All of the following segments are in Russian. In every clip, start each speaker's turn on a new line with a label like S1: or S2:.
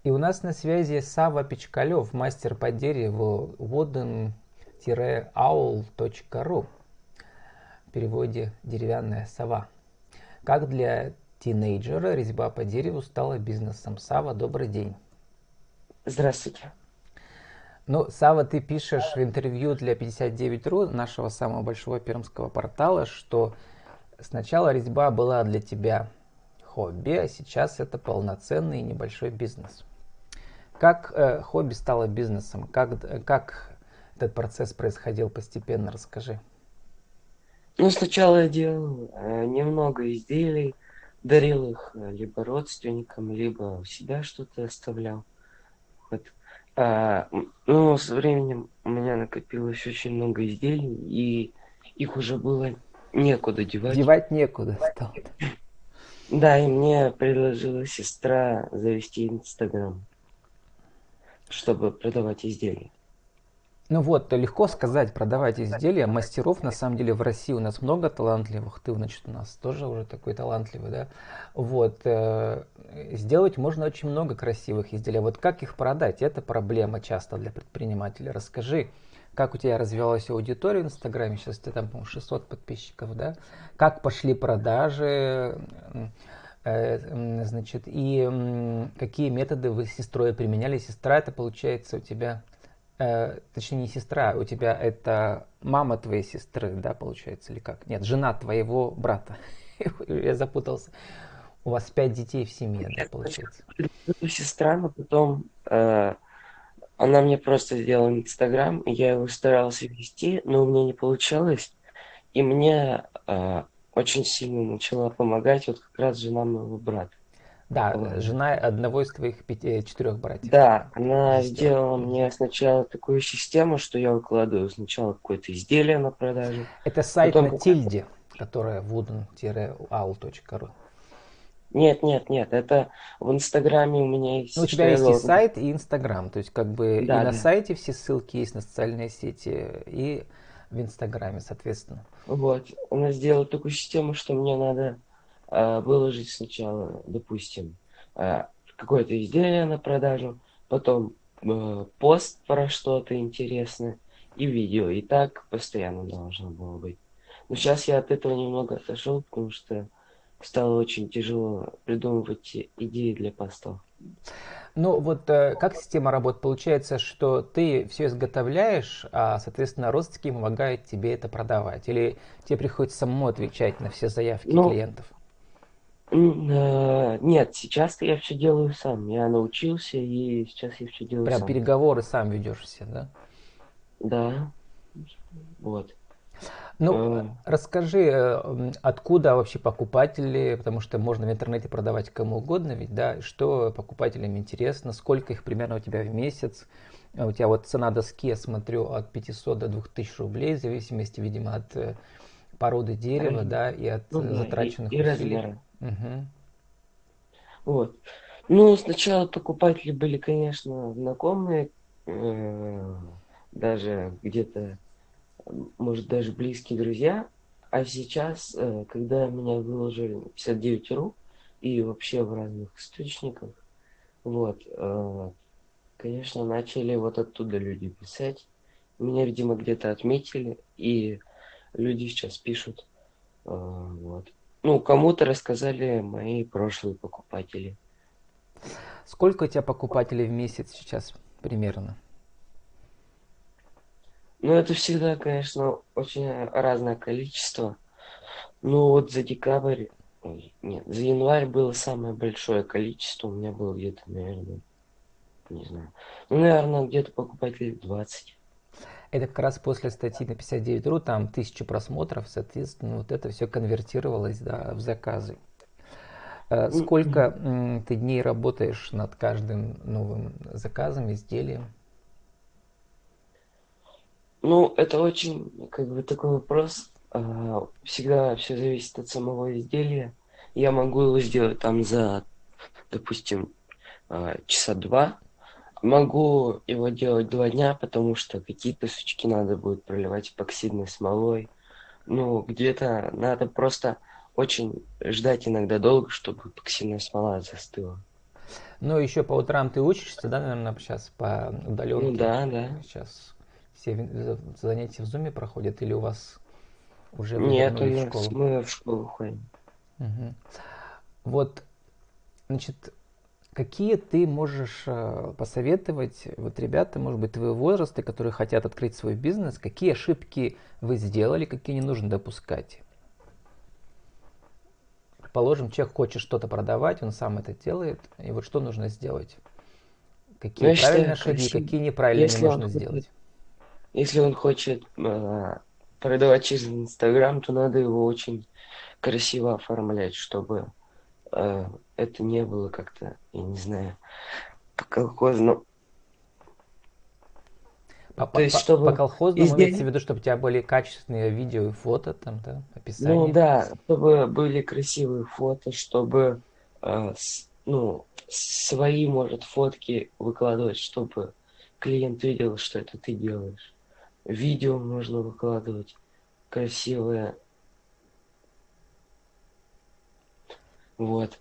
S1: И у нас на связи Сава Пичкалев, мастер по дереву wooden-owl.ru, в переводе «деревянная сова». Как для тинейджера резьба по дереву стала бизнесом? Сава, добрый день.
S2: Здравствуйте.
S1: Ну, Сава, ты пишешь в интервью для 59.ru, нашего самого большого пермского портала, что сначала резьба была для тебя хобби, а сейчас это полноценный небольшой бизнес. Как хобби стало бизнесом? Как этот процесс происходил постепенно? Расскажи.
S2: Ну, сначала я делал немного изделий, дарил их либо родственникам, либо у себя что-то оставлял. Вот. Ну, со временем у меня накопилось очень много изделий, и их уже было некуда девать.
S1: Девать некуда стало.
S2: Да, и мне предложила сестра завести Инстаграм, чтобы продавать изделия.
S1: Ну вот, легко сказать, продавать изделия. Мастеров, на самом деле, в России у нас много талантливых. Ты, значит, у нас тоже уже такой талантливый, да? Вот. Сделать можно очень много красивых изделий. Вот как их продать? Это проблема часто для предпринимателя. Расскажи, как у тебя развивалась аудитория в Инстаграме? Сейчас ты там, по-моему, 600 подписчиков, да? Как пошли продажи? Значит, и какие методы вы с сестрой применяли? Сестра, это получается у тебя точнее не сестра, у тебя это мама твоей сестры, да, получается, или как? Нет, жена твоего брата. Я запутался. У вас 5 детей в семье, да, получается?
S2: Предложила сестра, но потом она мне просто сделала Инстаграм, и я его старался вести, но у меня не получалось. И мне очень сильно начала помогать вот как раз жена моего брата.
S1: Да,
S2: Вот.
S1: жена одного из твоих 4 братьев,
S2: Да, она
S1: сестер.
S2: сделала мне сначала такую систему, что я выкладываю сначала какое-то изделие на продажу,
S1: Это сайт
S2: потом
S1: на тильде, которая wooden-owl.ru.
S2: Нет, нет, нет, это в Инстаграме у меня
S1: Ну, у
S2: есть,
S1: тебя
S2: что я
S1: есть и
S2: должен...
S1: сайт, и Инстаграм. То есть, как бы и
S2: Да,
S1: на
S2: да.
S1: сайте все ссылки есть на социальные сети, и в Инстаграме, соответственно.
S2: Вот. Она сделала такую систему, что мне надо выложить сначала, допустим, какое-то изделие на продажу, потом пост про что-то интересное и видео. И так постоянно должно было быть. Но сейчас я от этого немного отошел, потому что стало очень тяжело придумывать идеи для постов.
S1: Ну вот как система работает? Получается, что ты все изготовляешь, а, соответственно, родственники помогают тебе это продавать. Или тебе приходится самому отвечать на все заявки
S2: Ну,
S1: клиентов?
S2: нет, сейчас я все делаю сам. Я научился, и сейчас я все делаю
S1: Прям
S2: сам.
S1: переговоры сам ведешь все, да?
S2: Да, вот.
S1: Ну,
S2: Э,
S1: расскажи, откуда вообще покупатели, потому что можно в интернете продавать кому угодно ведь, да, что покупателям интересно, сколько их примерно у тебя в месяц. У тебя вот цена доски, я смотрю, от 500 до 2000 рублей, в зависимости, видимо, от породы дерева,
S2: раз-
S1: да, и от
S2: ну да,
S1: затраченных
S2: и
S1: усилий.
S2: размера.
S1: Мгм.
S2: Вот. Ну, сначала покупатели были, конечно, знакомые, э, даже где-то, может, даже близкие друзья. А сейчас, когда меня выложили на 59.ru и вообще в разных источниках, вот, конечно, начали вот оттуда люди писать. Меня, видимо, где-то отметили, и люди сейчас пишут. Вот. Ну, кому-то рассказали мои прошлые покупатели.
S1: Сколько у тебя покупателей в месяц сейчас примерно?
S2: Ну, это всегда, конечно, очень разное количество. Ну, вот за декабрь, ой, нет, за январь было самое большое количество. У меня было где-то, наверное, не знаю. Ну, наверное, где-то покупателей 20.
S1: Это как раз после статьи на 59.ru, там 1000 просмотров, соответственно, вот это все конвертировалось, да, в заказы. Сколько ты дней работаешь над каждым новым заказом, изделием?
S2: Ну, это очень, как бы, такой вопрос. Всегда все зависит от самого изделия. Я могу его сделать там за, допустим, часа два. Могу его делать 2 дня, потому что какие-то сучки надо будет проливать эпоксидной смолой. Ну, где-то надо просто очень ждать иногда долго, чтобы эпоксидная смола застыла.
S1: Ну, еще по утрам ты учишься, да, наверное, сейчас по
S2: Ну
S1: удаленке?
S2: да, да.
S1: Сейчас все занятия в зуме проходят или у вас уже вы
S2: Нет, у
S1: вернулись в
S2: нас
S1: школу?
S2: мы в школу ходим.
S1: Мгм. Вот, значит, какие ты можешь посоветовать, вот ребята, может быть, твоего возраста, которые хотят открыть свой бизнес, какие ошибки вы сделали, какие не нужно допускать? Положим, человек хочет что-то продавать, он сам это делает, и вот что нужно сделать?
S2: Но
S1: Какие
S2: я
S1: правильные
S2: считаю,
S1: шаги,
S2: красиво.
S1: какие неправильные не
S2: Если он
S1: нужно
S2: хочет,
S1: сделать?
S2: если он хочет продавать через Инстаграм, то надо его очень красиво оформлять, чтобы э, это не было как-то, я не знаю, по-колхозному.
S1: По,
S2: То
S1: по,
S2: есть,
S1: по, по
S2: чтобы
S1: колхозному имеется в
S2: изделие,
S1: виду, чтобы у тебя были качественные видео и фото, там, да,
S2: ну
S1: описание.
S2: да, чтобы были красивые фото, чтобы, ну, свои, может, фотки выкладывать, чтобы клиент видел, что это ты делаешь. Видео можно выкладывать красивое, вот.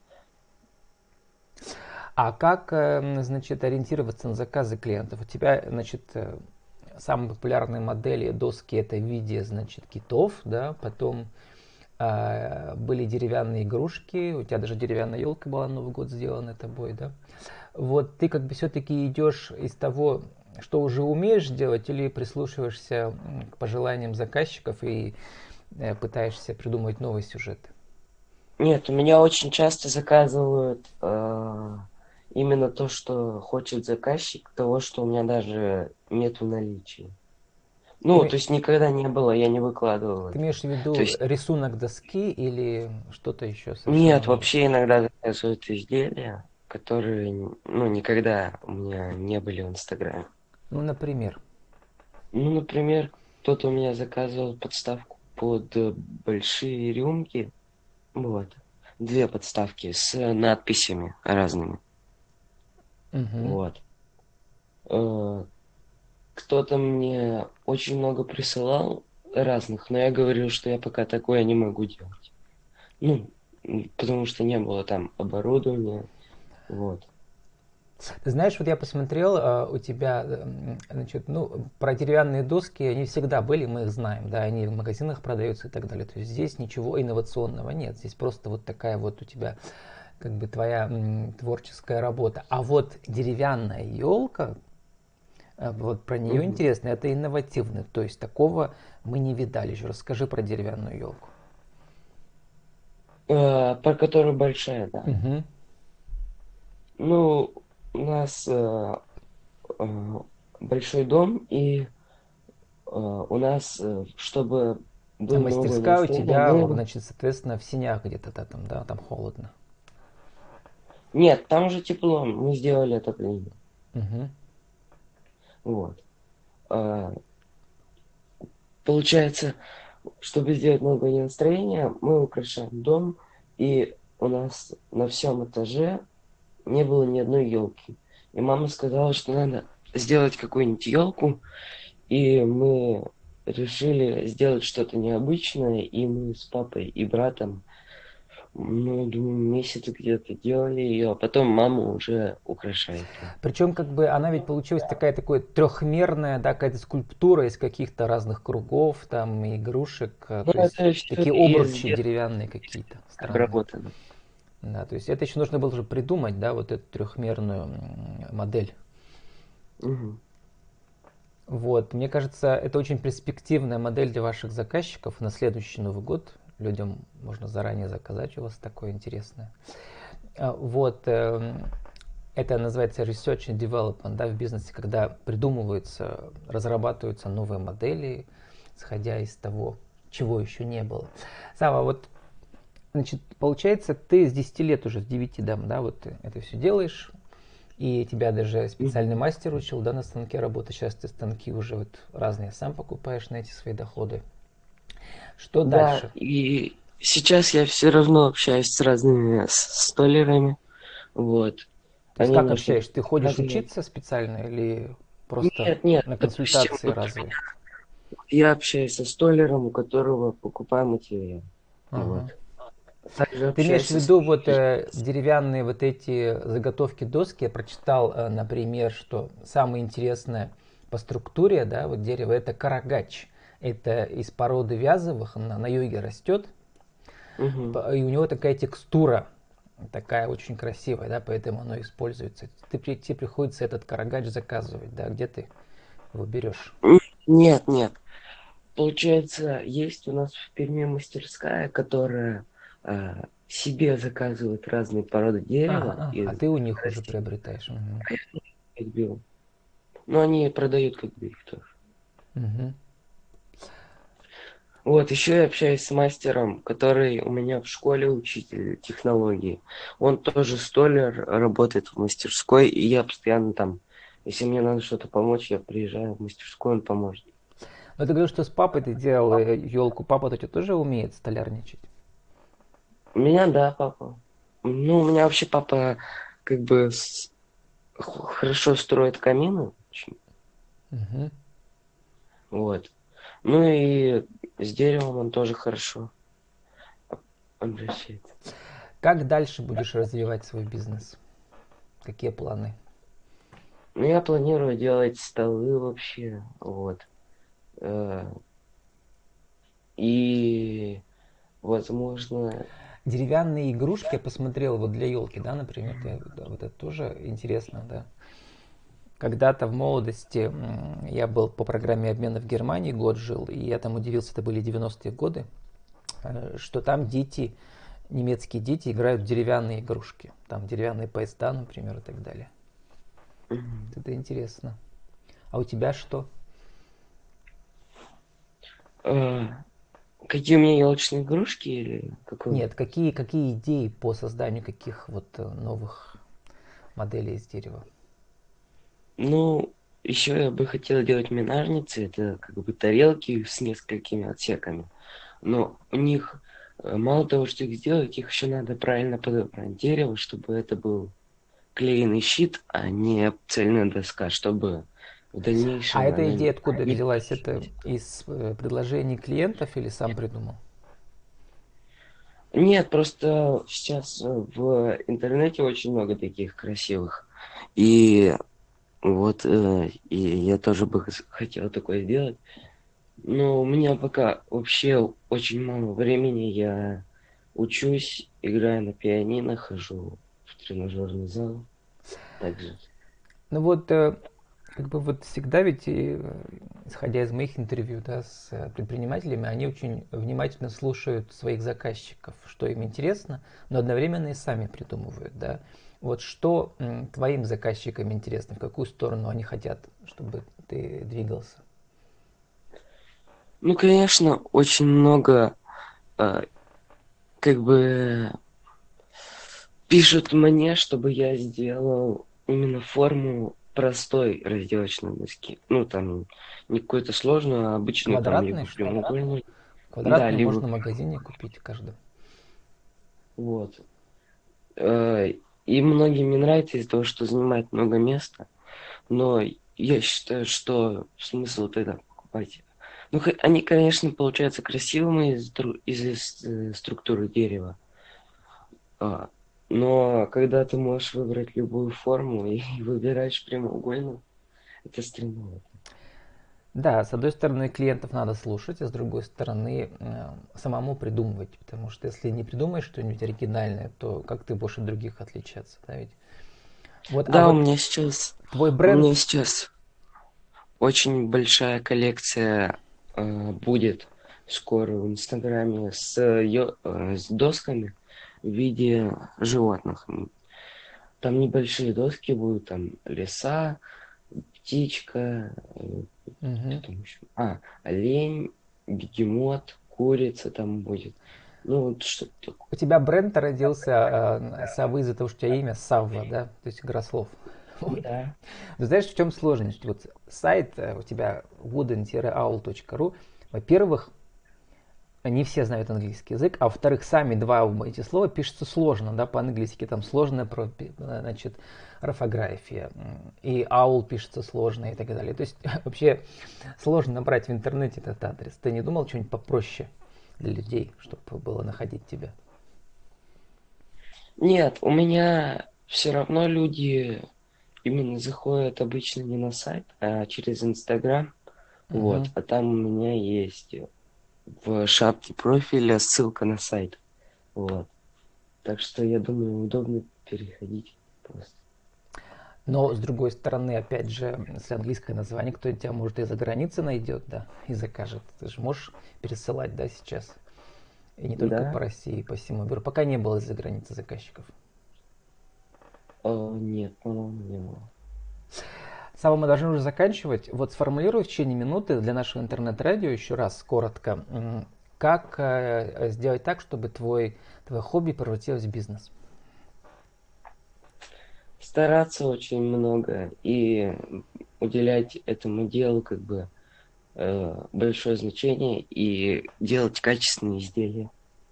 S1: А как, значит, ориентироваться на заказы клиентов? У тебя, значит, самые популярные модели доски это в виде, значит, китов, да, потом были деревянные игрушки, у тебя даже деревянная елка была на Новый год сделана тобой, да. Вот ты как бы все-таки идешь из того, что уже умеешь делать, или прислушиваешься к пожеланиям заказчиков и пытаешься придумывать новый сюжет?
S2: Нет, у меня очень часто заказывают именно то, что хочет заказчик, того, что у меня даже нет в наличии. Ну,
S1: Ты,
S2: то есть никогда не было, я не выкладывал
S1: ты
S2: это.
S1: имеешь в
S2: То
S1: виду
S2: есть
S1: рисунок доски или что-то еще
S2: нет,
S1: совершенно?
S2: вообще иногда заказывают изделия, которые, ну, никогда у меня не были в Инстаграме.
S1: Ну, например.
S2: Ну, например, кто-то у меня заказывал подставку под большие рюмки, вот, две подставки с надписями разными,
S1: Мгм.
S2: вот. Э, Кто-то мне очень много присылал разных, но я говорил, что я пока такое не могу делать. Ну, потому что не было там оборудования, вот.
S1: Ты знаешь, вот я посмотрел у тебя, значит, ну, про деревянные доски, они всегда были, мы их знаем, да, они в магазинах продаются и так далее. То есть здесь ничего инновационного нет, здесь просто вот такая вот у тебя как бы твоя творческая работа. А вот деревянная елка, вот про нее
S2: Мгм.
S1: интересно, это инновативно, то есть такого мы не видали еще. Расскажи про деревянную елку.
S2: Про которую большая, да.
S1: Угу.
S2: Ну, у нас э, большой дом, и у нас, чтобы
S1: А
S2: было новое
S1: мастерская у
S2: настроение,
S1: тебя,
S2: мы...
S1: значит, соответственно, в синях где-то там, да, там холодно.
S2: Нет, там же тепло, мы сделали отопление.
S1: Угу.
S2: Вот. А, Получается, чтобы сделать новое настроение, мы украшаем дом, и у нас на всем этаже не было ни одной елки. И мама сказала, что надо сделать какую-нибудь елку, и мы решили сделать что-то необычное, и мы с папой и братом, ну, думаю, месяц где-то делали ее, а потом мама уже украшает ее.
S1: Причем как бы она ведь получилась такая трехмерная, да, какая-то скульптура из каких-то разных кругов, там, игрушек,
S2: Ну,
S1: то есть
S2: это все
S1: такие
S2: из
S1: обручи
S2: детства
S1: деревянные какие-то странные.
S2: обработано.
S1: Да, то есть это еще нужно было же придумать, да, вот эту трехмерную модель.
S2: Мгм.
S1: Вот, мне кажется, это очень перспективная модель для ваших заказчиков на следующий Новый год. Людям можно заранее заказать у вас такое интересное. Вот, это называется research and development, да, в бизнесе, когда придумываются, разрабатываются новые модели, исходя из того, чего еще не было. Сава, вот, значит, получается, ты с 10 лет уже, с 9, да, вот ты это все делаешь, и тебя даже
S2: Мгм.
S1: специальный мастер учил, да, на станке работать. Сейчас ты станки уже вот разные сам покупаешь на эти свои доходы. Что
S2: Да,
S1: дальше?
S2: и сейчас я все равно общаюсь с разными столерами, вот.
S1: То есть
S2: Они
S1: как
S2: мне
S1: общаешься? Ты ходишь
S2: подсказывают.
S1: учиться специально или просто
S2: Нет, нет,
S1: на
S2: допустим,
S1: консультации
S2: вот
S1: разовые?
S2: я общаюсь со столером, у которого покупаю материал.
S1: Ага.
S2: Вот. Также
S1: Ты имеешь в
S2: общаюсь
S1: виду вот деревянные вот эти заготовки доски? Я прочитал, например, что самое интересное по структуре, да, вот дерево, это карагач. Это из породы вязовых, на юге растет,
S2: Мгм.
S1: и у него такая текстура, такая очень красивая, да, поэтому оно используется. Тебе приходится этот карагач заказывать, да, где ты его берешь?
S2: Нет, нет. Получается, есть у нас в Перми мастерская, которая себе заказывает разные породы
S1: Ага,
S2: дерева
S1: а
S2: и
S1: ты у них уже
S2: растит
S1: приобретаешь. Мгм.
S2: их беру. Но они продают как бы их тоже.
S1: Мгм.
S2: Вот, еще я общаюсь с мастером, который у меня в школе учитель технологии. Он тоже столер, работает в мастерской, и я постоянно там, если мне надо что-то помочь, я приезжаю в мастерскую, он поможет.
S1: Но ты говорил, что с папой ты делал елку. Папа-то у тебя тоже умеет столярничать?
S2: У меня, да, папа. Ну, у меня вообще папа как бы хорошо строит камины. Очень.
S1: Мгм.
S2: Вот. Ну и с деревом он тоже хорошо обращается.
S1: Как дальше будешь развивать свой бизнес? Какие планы?
S2: Ну, я планирую делать столы вообще, вот. Э, И, возможно,
S1: Деревянные игрушки я посмотрел вот для елки, да, например, да, вот это тоже интересно, да. Когда-то в молодости я был по программе обмена в Германии, год жил, и я там удивился, это были 90-е годы, что там дети, немецкие дети играют в деревянные игрушки. Там деревянные поезда, например, и так далее.
S2: мгм.
S1: Это интересно. А у тебя что?
S2: Э, какие у меня елочные игрушки или какой?
S1: Нет, какие идеи по созданию каких вот новых моделей из дерева?
S2: Ну, еще я бы хотел делать минажницы, это как бы тарелки с несколькими отсеками. Но у них мало того, что их сделать, их еще надо правильно подобрать дерево, чтобы это был клееный щит, а не цельная доска, чтобы в
S1: А
S2: дальнейшем
S1: эта
S2: она
S1: идея откуда
S2: не...
S1: взялась? Это из предложений клиентов или сам придумал?
S2: Нет, просто сейчас в интернете очень много таких красивых. И вот и я тоже бы хотел такое сделать. Но у меня пока вообще очень мало времени. Я учусь, играю на пианино, хожу в тренажерный зал. Также.
S1: Ну вот, как бы вот всегда ведь, исходя из моих интервью, да, с предпринимателями, они очень внимательно слушают своих заказчиков, что им интересно, но одновременно и сами придумывают, да. Вот что твоим заказчикам интересно, в какую сторону они хотят, чтобы ты двигался?
S2: Ну, конечно, очень много э, как бы пишут мне, чтобы я сделал именно форму простой разделочной доски. Ну, там не какую-то сложную, а обычную, там
S1: Квадратные,
S2: либо
S1: что ли?
S2: прямоугольную. Да,
S1: Квадратные
S2: либо
S1: можно в магазине купить каждый.
S2: вот. Э, И многим не нравится из-за того, что занимает много места. Но я считаю, что смысл тогда покупать. Ну, они, конечно, получаются красивыми из структуры дерева. А, но когда ты можешь выбрать любую форму и выбираешь прямоугольную, это стремно.
S1: Да, с одной стороны, клиентов надо слушать, а с другой стороны, самому придумывать, потому что если не придумаешь что-нибудь оригинальное, то как ты будешь от других отличаться, да ведь? Вот, а
S2: Да,
S1: вот твой
S2: у меня
S1: бренд,
S2: сейчас очень большая коллекция будет скоро в Инстаграме с досками в виде животных. Там небольшие доски будут, там лиса, птичка, кто
S1: мгм.
S2: там еще? Олень, бегемот, курица там будет. Ну, вот что-то такое.
S1: У тебя бренд родился совы из-за того, что у тебя имя Савва, да, то есть Грослов. Вот.
S2: Да.
S1: Но знаешь, в чем сложность? Вот сайт у тебя wooden-aul.ru, во-первых, не все знают английский язык, а во-вторых, сами два эти слова пишутся сложно, да, по-английски, там сложная, значит, орфография, и аул пишется сложно и так далее. То есть вообще сложно набрать в интернете этот адрес. Ты не думал что-нибудь попроще для людей, чтобы было находить тебя?
S2: Нет, у меня все равно люди именно заходят обычно не на сайт, а через Инстаграм. Вот,
S1: Мгм.
S2: а там у меня есть в шапке профиля ссылка на сайт. Вот. Так что я думаю, удобно переходить просто.
S1: Но с другой стороны, опять же, если английское название, кто тебя может и за границей найдет, да, и закажет. Ты же можешь пересылать, да, сейчас. И не только по
S2: Да?
S1: России, и по всему миру. Пока не было из-за границы заказчиков.
S2: Нет, по-моему, не было.
S1: Сава, мы должны уже заканчивать. Вот сформулируй в течение минуты для нашего интернет-радио еще раз коротко, как сделать так, чтобы твое хобби превратилось в бизнес.
S2: Стараться очень много и уделять этому делу как бы большое значение и делать качественные изделия.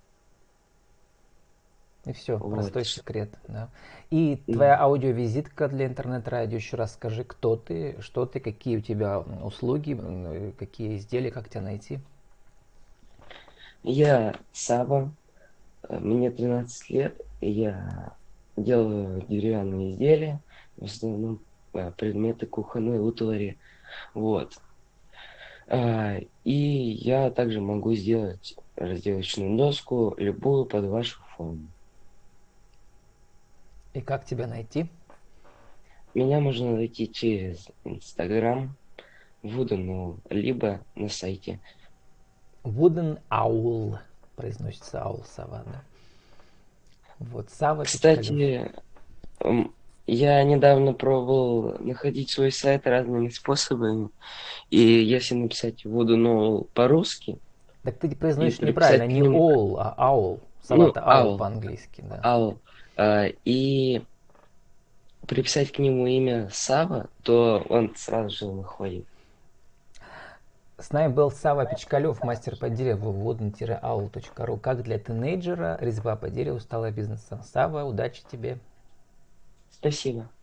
S1: И все,
S2: Вот.
S1: простой секрет. Да. И твоя
S2: Да.
S1: аудиовизитка для интернет-радио. Еще раз скажи, кто ты, что ты, какие у тебя услуги, какие изделия, как тебя найти.
S2: Я Саба, мне 13 лет, и я делаю деревянные изделия, в основном предметы кухонной утвари. Вот. И я также могу сделать разделочную доску, любую под вашу форму.
S1: И как тебя найти?
S2: Меня можно найти через Инстаграм, Вудану, либо на сайте.
S1: Wooden Owl. Произносится аул сова, да. Вот, Сава Пичкалев.
S2: Кстати, я недавно пробовал находить свой сайт разными способами. И если написать Вудану по-русски
S1: Так ты
S2: и
S1: произносишь неправильно,
S2: приписать к
S1: не
S2: нему,
S1: all, а аул.
S2: ну,
S1: Сова-то аул по-английски, да.
S2: и приписать к нему имя Сава, то он сразу же выходит.
S1: С нами был Сава Пичкалев, мастер по дереву, wooden-aul.ru. Как для тинейджера резьба по дереву стала бизнесом. Сава, удачи тебе!
S2: Спасибо.